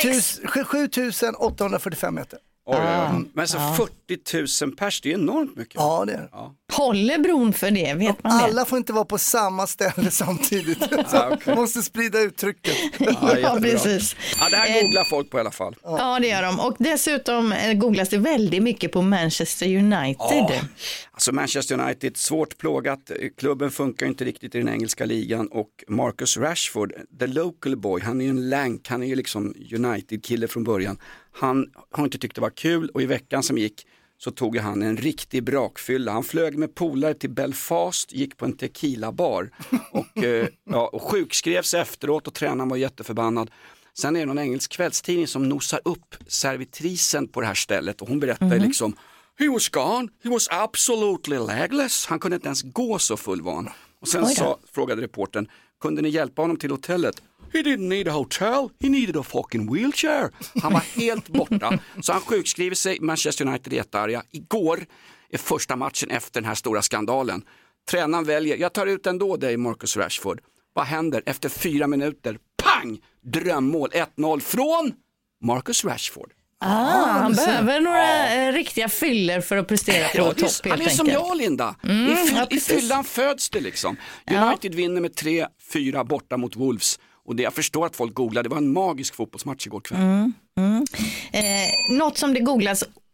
är sju tusen åttahundrafyrtiofem meter. Oj, ah. Men så ah. fyrtio tusen pers, det är enormt mycket. Ja, det är ja. Håller bron för det, vet man det? Alla får inte vara på samma ställe samtidigt. ah, okay. Man måste sprida uttrycket. ja, ja precis. Ja, det här googlar folk på i alla fall. Ja. ja, det gör de. Och dessutom googlas det väldigt mycket på Manchester United. Ja. Alltså Manchester United, svårt plågat. Klubben funkar inte riktigt i den engelska ligan och Marcus Rashford, the local boy, han är ju en lank, han är ju liksom United-kille från början. Han har inte tyckt det var kul och i veckan som gick så tog han en riktig brakfylla. Han flög med polare till Belfast, gick på en tequila-bar och, eh, ja, och sjukskrevs efteråt och tränaren var jätteförbannad. Sen är det någon engelsk kvällstidning som nosar upp servitrisen på det här stället och hon berättar mm-hmm. liksom he was gone, he was absolutely legless. Han kunde inte ens gå, så full var han. Och sen sa, frågade reportern, kunde ni hjälpa honom till hotellet? He didn't need a hotel, he needed a fucking wheelchair. Han var helt borta. Så han sjukskriver sig, Manchester United är jättearga. Igår är första matchen efter den här stora skandalen. Tränaren väljer, jag tar ut ändå dig Marcus Rashford. Vad händer? Efter fyra minuter, pang! Drömmål ett noll från Marcus Rashford. Ah, ah, han behöver några ja. riktiga fyller för att prestera på ja, topp helt Han är enkelt. som jag, Linda. Mm, I, fyll, ja, I fyllan föds det liksom. United ja. vinner med tre fyra borta mot Wolves. Och det jag förstår att folk googlar, det var en magisk fotbollsmatch igår kväll. Mm, mm. Eh, något som det googlas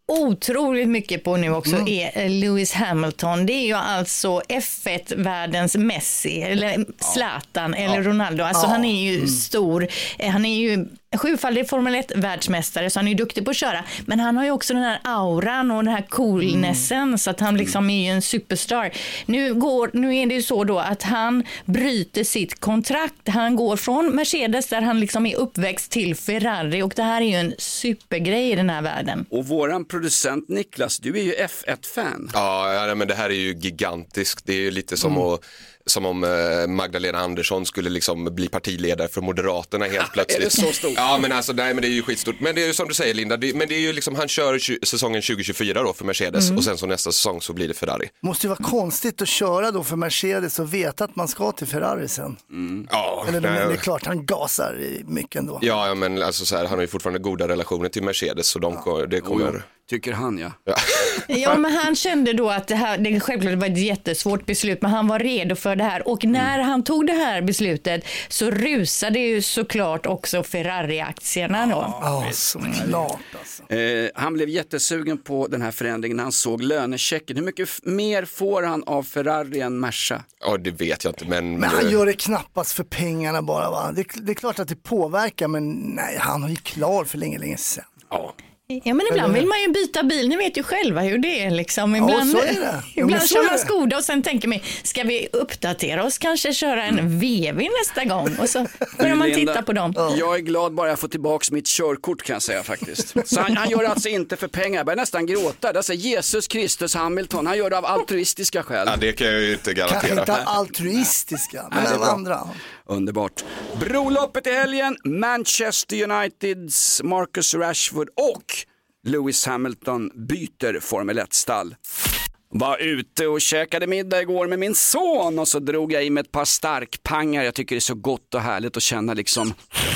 otroligt mycket på nu också mm. är Lewis Hamilton. Det är ju alltså F ett-världens Messi eller Zlatan ja. eller ja. Ronaldo. Alltså ja. han är ju mm. stor. Han är ju sjufaldig Formel ett-världsmästare, så han är ju duktig på att köra. Men han har ju också den här auran och den här coolnessen mm. så att han liksom är ju en superstar. Nu, går, nu är det ju så då att han bryter sitt kontrakt. Han går från Mercedes där han liksom är uppväxt till Ferrari, och det här är ju en supergrej i den här världen. Och våran producent Niklas, du är ju F ett-fan. Ja, ja, men det här är ju gigantiskt. Det är ju lite som mm. att som om eh, Magdalena Andersson skulle liksom bli partiledare för Moderaterna helt plötsligt. Är det så stort? Ja, men alltså nej, men det är ju skitstort. Men det är ju som du säger, Linda, det, men det är ju liksom, han kör tju- säsongen tjugo tjugofyra då för Mercedes mm. och sen så nästa säsong så blir det Ferrari. Måste ju vara konstigt att köra då för Mercedes och veta att man ska till Ferrari sen. Mm. Ja, eller nej, det är klart han gasar i mycket ändå. Ja, ja men alltså så här, han har ju fortfarande goda relationer till Mercedes, så de ja. det kommer oh, ja. Tycker han, ja. Ja. Ja, men han kände då att det här, det självklart var ett jättesvårt beslut, men han var redo för det här. Och när mm. han tog det här beslutet så rusade ju såklart också Ferrari-aktierna då. Ja, oh, såklart alltså. eh, Han blev jättesugen på den här förändringen när han såg lönechecken. Hur mycket f- mer får han av Ferrari än Merca? Ja, det vet jag inte, men... Men han gör det knappast för pengarna bara, va? Det, det är klart att det påverkar, men nej, han har ju klar för länge, länge sedan. Ja. Ja, men ibland vill man ju byta bil, ni vet ju själva hur det är liksom. Ibland, ja, så är det. ibland ja, kör man Skoda och sen tänker man, ska vi uppdatera oss, kanske köra en V V nästa gång, och så börjar man titta på dem. Ja. Jag är glad bara jag får tillbaka mitt körkort, kan jag säga faktiskt. Så han, han gör alltså inte för pengar, jag börjar nästan gråta. Det är Jesus Kristus Hamilton, han gör det av altruistiska skäl. Ja, det kan jag ju inte garantera. Kanske inte altruistiska, men Nej, andra. Underbart. Broloppet i helgen, Manchester Uniteds Marcus Rashford och Lewis Hamilton byter Formel ett-stall. Var ute och käkade middag igår med min son och så drog jag i med ett par starkpangar. Jag tycker det är så gott och härligt att känna liksom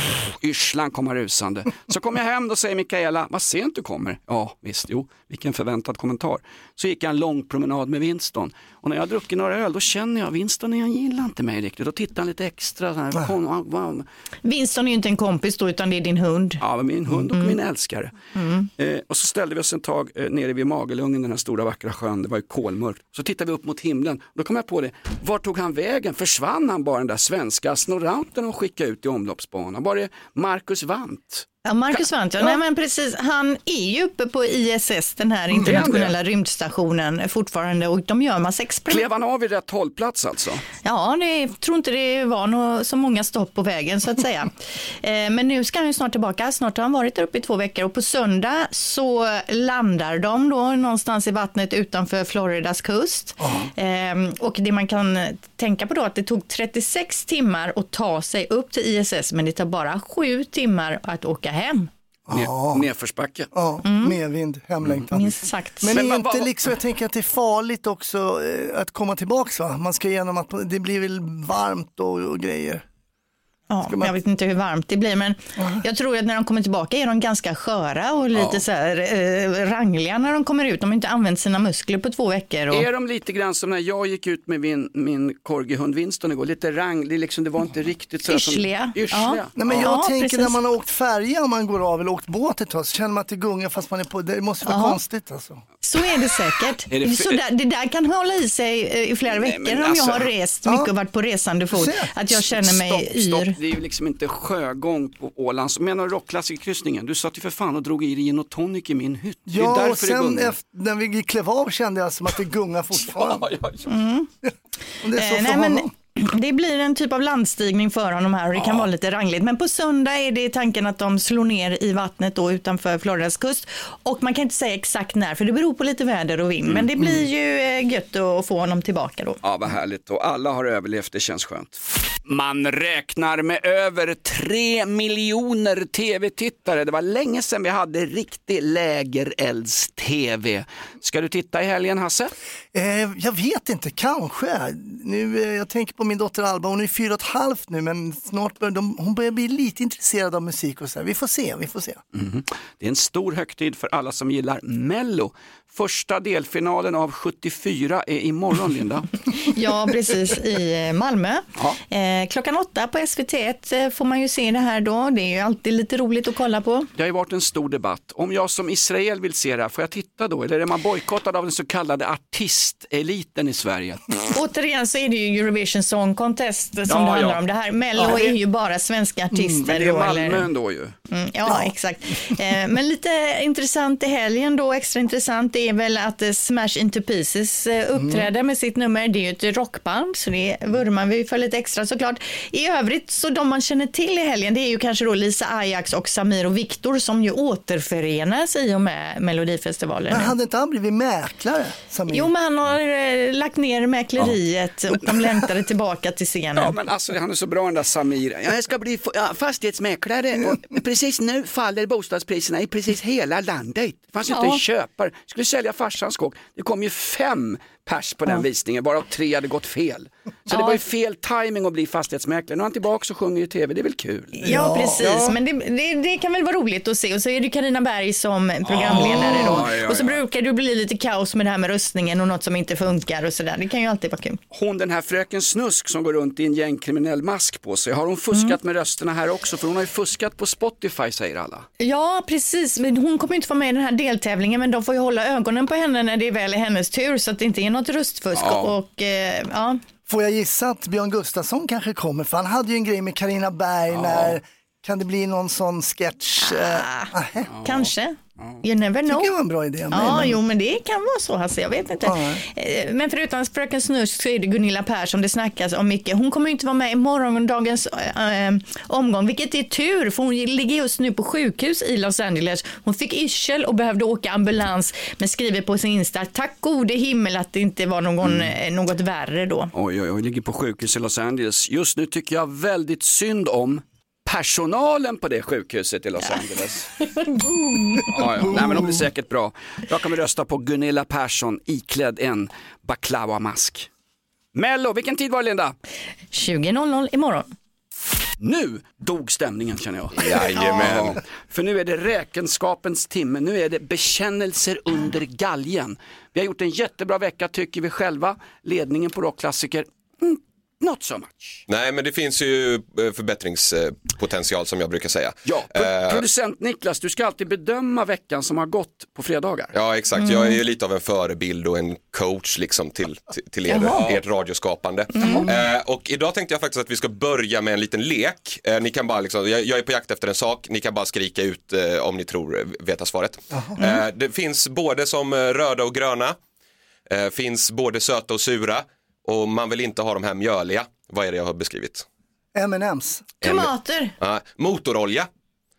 yrslan komma rusande. Så kom jag hem och säger Mikaela, vad sent du kommer. Ja visst, jo, vilken förväntad kommentar. Så gick jag en lång promenad med Winston. Och när jag druckit några öl, då känner jag Winston, han gillar inte mig riktigt. Då tittar han lite extra. Så här, kom, wow. Winston är ju inte en kompis då, utan det är din hund. Ja, min hund och mm. min älskare. Mm. Eh, och så ställde vi oss en tag eh, nere vid Magelungen, den här stora vackra sjön. Det var ju kolmörkt. Så tittade vi upp mot himlen. Då kom jag på det. Var tog han vägen? Försvann han bara, den där svenska astronauten och skickade ut i omloppsbanan? Var det Marcus Wandt? Ja, Marcus Wandt, ja. Nej, men precis. Han är ju uppe på I S S, den här internationella mm. rymdstationen fortfarande, och de gör massa experiment. Klev han av vid rätt hållplats alltså? Ja, det tror inte det var nå, så många stopp på vägen så att säga. eh, men nu ska han ju snart tillbaka. Snart har han varit där uppe i två veckor, och på söndag så landar de då någonstans i vattnet utanför Floridas kust. Oh. Eh, och det man kan tänka på då, att det tog trettiosex timmar att ta sig upp till I S S, men det tar bara sju timmar att åka hem. Ja. Nedförsbacke. Ja, mm. medvind, hemlängtan. Minst sagt. Men, Men det är inte liksom, jag tänker att det är farligt också eh, att komma tillbaka, va? Man ska igenom att det blir väl varmt och, och grejer. Ja, man... jag vet inte hur varmt det blir, men mm. jag tror att när de kommer tillbaka är de ganska sköra och lite ja. så här eh, rangliga när de kommer ut. De har inte använt sina muskler på två veckor. Och... Är de lite grann som när jag gick ut med min, min korgihund Winston igår, lite ranglig, liksom, det var inte riktigt så Yrsliga. Som... Yrsliga. Ja. Nej, men jag ja, tänker precis. när man har åkt färja och man går av eller åkt båt ett tag, så känner man att det gungar fast man är på, det måste vara ja. konstigt alltså. Så är det säkert. Är det, för... så där, det där kan hålla i sig i flera Nej, veckor om alltså... jag har rest mycket ja. och varit på resande fot. Att jag känner mig stopp, yr. Stopp. Det är ju liksom inte sjögång på Åland. Så menar rockklassikerkryssningen. Du satt ju för fan och drog i dig gin och tonic i min hytt. Ja, och sen efter, när vi klev av kände jag som att det gungar fortfarande. ja, ja, ja. Mm. Det är så eh, för nej, honom. Men... Det blir en typ av landstigning för honom här, och det kan ja. vara lite rangligt. Men på söndag är det tanken att de slår ner i vattnet då utanför Floridas kust. Och man kan inte säga exakt när, för det beror på lite väder och vind. Mm. Men det blir ju gött att få honom tillbaka då. Ja, vad härligt. Och alla har överlevt, det känns skönt. Man räknar med över tre miljoner tv-tittare. Det var länge sedan vi hade riktig lägerelds-tv. Ska du titta i helgen, Hasse? Eh, jag vet inte, kanske. Nu, eh, jag tänker på min dotter Alba, hon är fyra och ett halvt nu, men snart börjar de, hon börjar bli lite intresserad av musik och så här. Vi får se, vi får se. Mm. Det är en stor högtid för alla som gillar Mello. Första delfinalen av sjuttiofyra är imorgon, Linda. Ja, precis, i Malmö. Ja. Eh, klockan åtta på S V T ett får man ju se det här då. Det är ju alltid lite roligt att kolla på. Det har ju varit en stor debatt. Om jag som Israel vill se det här, får jag titta då? Eller är man bojkottad av den så kallade artisteliten i Sverige? Återigen så är det ju Eurovision Song Contest som Ja, det handlar ja. om. Det här Mello Ja, det- är ju bara svenska artister. Mm, men det är då, Malmö eller? ändå ju. Mm, ja, exakt. Eh, men lite intressant i helgen då, extra intressant, det är väl att eh, Smash Into Pieces eh, uppträder Mm. med sitt nummer. Det är ju ett rockband, så det vurmar vi för lite extra såklart. I övrigt, så de man känner till i helgen, det är ju kanske då Lisa Ajax och Samir och Viktor som ju återförenas i och med Melodifestivalen. Men hade inte han blivit mäklare, Samir? Jo, men han har eh, lagt ner mäkleriet och de längtade tillbaka till scenen. Ja, men alltså han är så bra den där Samir. Jag ska bli ja, fastighetsmäklare och precis nu faller bostadspriserna i precis hela landet. Det fanns ju inte Ja. en köpare. Skulle sälja farsans skog. Det kom ju fem pers på den visningen, varav tre hade gått fel. Så Ja. det var ju fel timing att bli fastighetsmäklare. Nu är han tillbaka och sjunger i tv, det är väl kul? Ja, precis. Ja. Men det, det, det kan väl vara roligt att se. Och så är det Carina Berg som programledare då. Ja, ja, Och så ja. brukar det bli lite kaos med det här med röstningen och något som inte funkar och sådär. Det kan ju alltid vara kul. Hon, den här fröken Snusk som går runt i en gängkriminell mask på sig, har hon fuskat Mm. med rösterna här också? För hon har ju fuskat på Spotify, säger alla. Ja, precis. Men hon kommer inte vara med i den här deltävlingen, men de får ju hålla ögonen på henne när det är väl är hennes tur så att det inte är något röstfusk. Ja. Och, eh, ja. Får jag gissa att Björn Gustafsson kanske kommer? För han hade ju en grej med Carina Berg när, kan det bli någon sån sketch? Ah, äh. Kanske. You never know. Tycker jag var en bra idé. Ja, men- jo, men det kan vara så, Hasse, jag vet inte. Ja. Eh, Men förutom Fröken Snusk så är det Gunilla Persson det snackas om mycket. Hon kommer ju inte vara med i morgondagens äh, omgång, vilket är tur, för hon ligger just nu på sjukhus i Los Angeles. Hon fick yrsel och behövde åka ambulans, men skriver på sin Insta, tack gode himmel att det inte var någon, eh, något värre då. Oj, oj, oj, ligger på sjukhus i Los Angeles. Just nu tycker jag väldigt synd om personalen på det sjukhuset i Los Angeles. Ja, ja. Nej, men de blir säkert bra. Jag kommer rösta på Gunilla Persson iklädd en baklava-mask. Mello, vilken tid var det, Linda? tjugo noll noll imorgon. Nu dog stämningen, känner jag. Jajamän. Ja, för nu är det räkenskapens timme. Nu är det bekännelser under galgen. Vi har gjort en jättebra vecka, tycker vi själva. Ledningen på Rockklassiker, mm, not so much. Nej, men det finns ju eh, förbättringspotential som jag brukar säga. Ja, pro- Eh, producent Niklas, du ska alltid bedöma veckan som har gått på fredagar. Ja, exakt. Mm. Jag är ju lite av en förebild och en coach liksom till, till, till er, Jaha. ert radioskapande. Mm. Eh, och idag tänkte jag faktiskt att vi ska börja med en liten lek. Eh, ni kan bara liksom, jag, jag är på jakt efter en sak, ni kan bara skrika ut eh, om ni tror eh, veta svaret. Eh, det finns både som eh, röda och gröna, eh, finns både söta och sura, och man vill inte ha de här mjöliga. Vad är det jag har beskrivit? M and M's. Tomater. Ja, motorolja.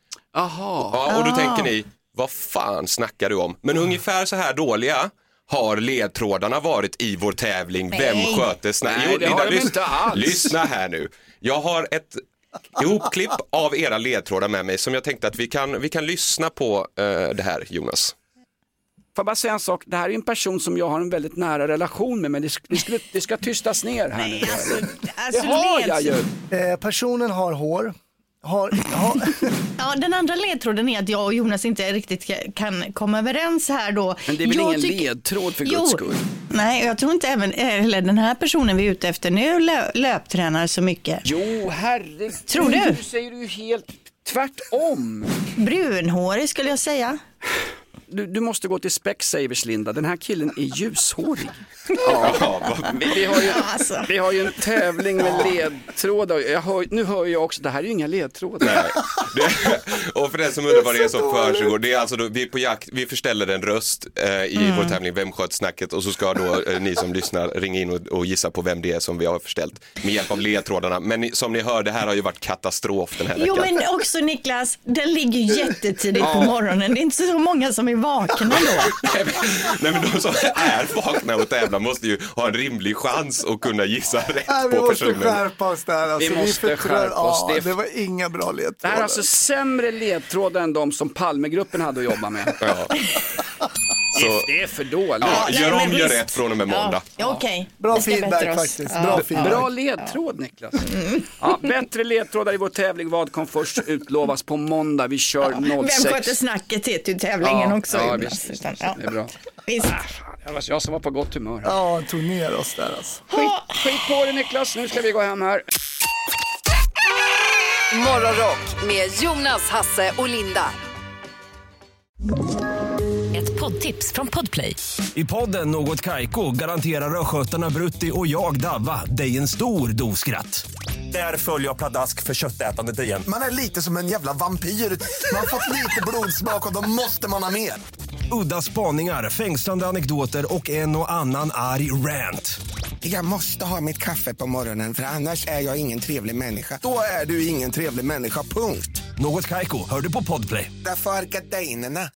Aha. Ja, och då Ah. tänker ni, vad fan snackar du om? Men ungefär så här dåliga har ledtrådarna varit i vår tävling. Nej. Vem sköter snack? Nej, det har de lys- inte alls. Lyssna här nu. Jag har ett ihopklipp av era ledtrådar med mig som jag tänkte att vi kan, vi kan lyssna på eh, det här, Jonas. Får jag bara säga en sak, det här är en person som jag har en väldigt nära relation med, men det ska, det ska, det ska tystas ner här nu. Alltså, det har led- jag ju. Eh, personen har hår. Har, har... Ja, den andra ledtråden är att jag och Jonas inte riktigt kan komma överens här då. Men det är väl Jag ingen tycker- ledtråd för Jo, guds skull. Nej, jag tror inte även eller den här personen vi är ute efter nu lö- löptränar så mycket. Jo, herregud. Tror du? Du säger ju helt tvärtom. Brunhårig skulle jag säga. Du, du måste gå till Specsavers, Linda. Den här killen är ljushårig. Ja, vi, vi, har ju, Alltså. vi har ju en tävling med ledtrådar. Jag hör, nu hör jag också, det här är ju inga ledtrådar. Nej. Det, och för den som undrar vad det är som försiggår, det är alltså då, vi är på jakt, vi förställer en röst eh, i Mm. vår tävling Vem sköt snacket, och så ska då eh, ni som lyssnar ringa in och, och gissa på vem det är som vi har förställt med hjälp av ledtrådarna. Men ni, som ni hör, det här har ju varit katastrof den här Jo, veckan. men också Niklas, den ligger jättetidigt på Ja. morgonen. Det är inte så många som är vakna då. Nej, men de som är vakna och tävlar måste ju ha en rimlig chans att kunna gissa rätt Nej, vi på måste personen. skärpa oss där. Alltså, Vi måste förtrö- skärpa oss. Ja, Det det, är- var inga bra ledtrådar. Det här är alltså sämre ledtrådar än de som Palmegruppen hade att jobba med. Ja. Så, det är för dåligt. Ja, nej, gör men om, gör visst. rätt från och med måndag. Ja, okej. Bra Vi ska feedback bättra oss. faktiskt. Ja. Bra feedback. Bra ledtråd Niklas. Ja, bättre ledtrådar i vår tävling. Vad kom först utlovas på måndag. Vi kör noll sex. Vem sköter snacket till, till tävlingen Ja, också? ja, Jonas? visst, visst, Utan, visst. ja. Det är bra. Visst. Ah, fan, det var jag som var på gott humör. Ja, tog ner oss där alltså. Skit, skit på det Niklas, nu ska vi gå hem här. Morgonrock med Jonas, Hasse och Linda. Ett poddtips från Podplay. I podden Något Kaiko garanterar östgötarna Brutti och jag Davva dig en stor dos skratt. Där följer jag pladask för köttätandet igen. Man är lite som en jävla vampyr. Man har fått lite blodsmak och då måste man ha mer. Udda spaningar, fängslande anekdoter och en och annan arg rant. Jag måste ha mitt kaffe på morgonen för annars är jag ingen trevlig människa. Då är du ingen trevlig människa, punkt. Något Kaiko, hör du på Podplay. Därför är gardinerna.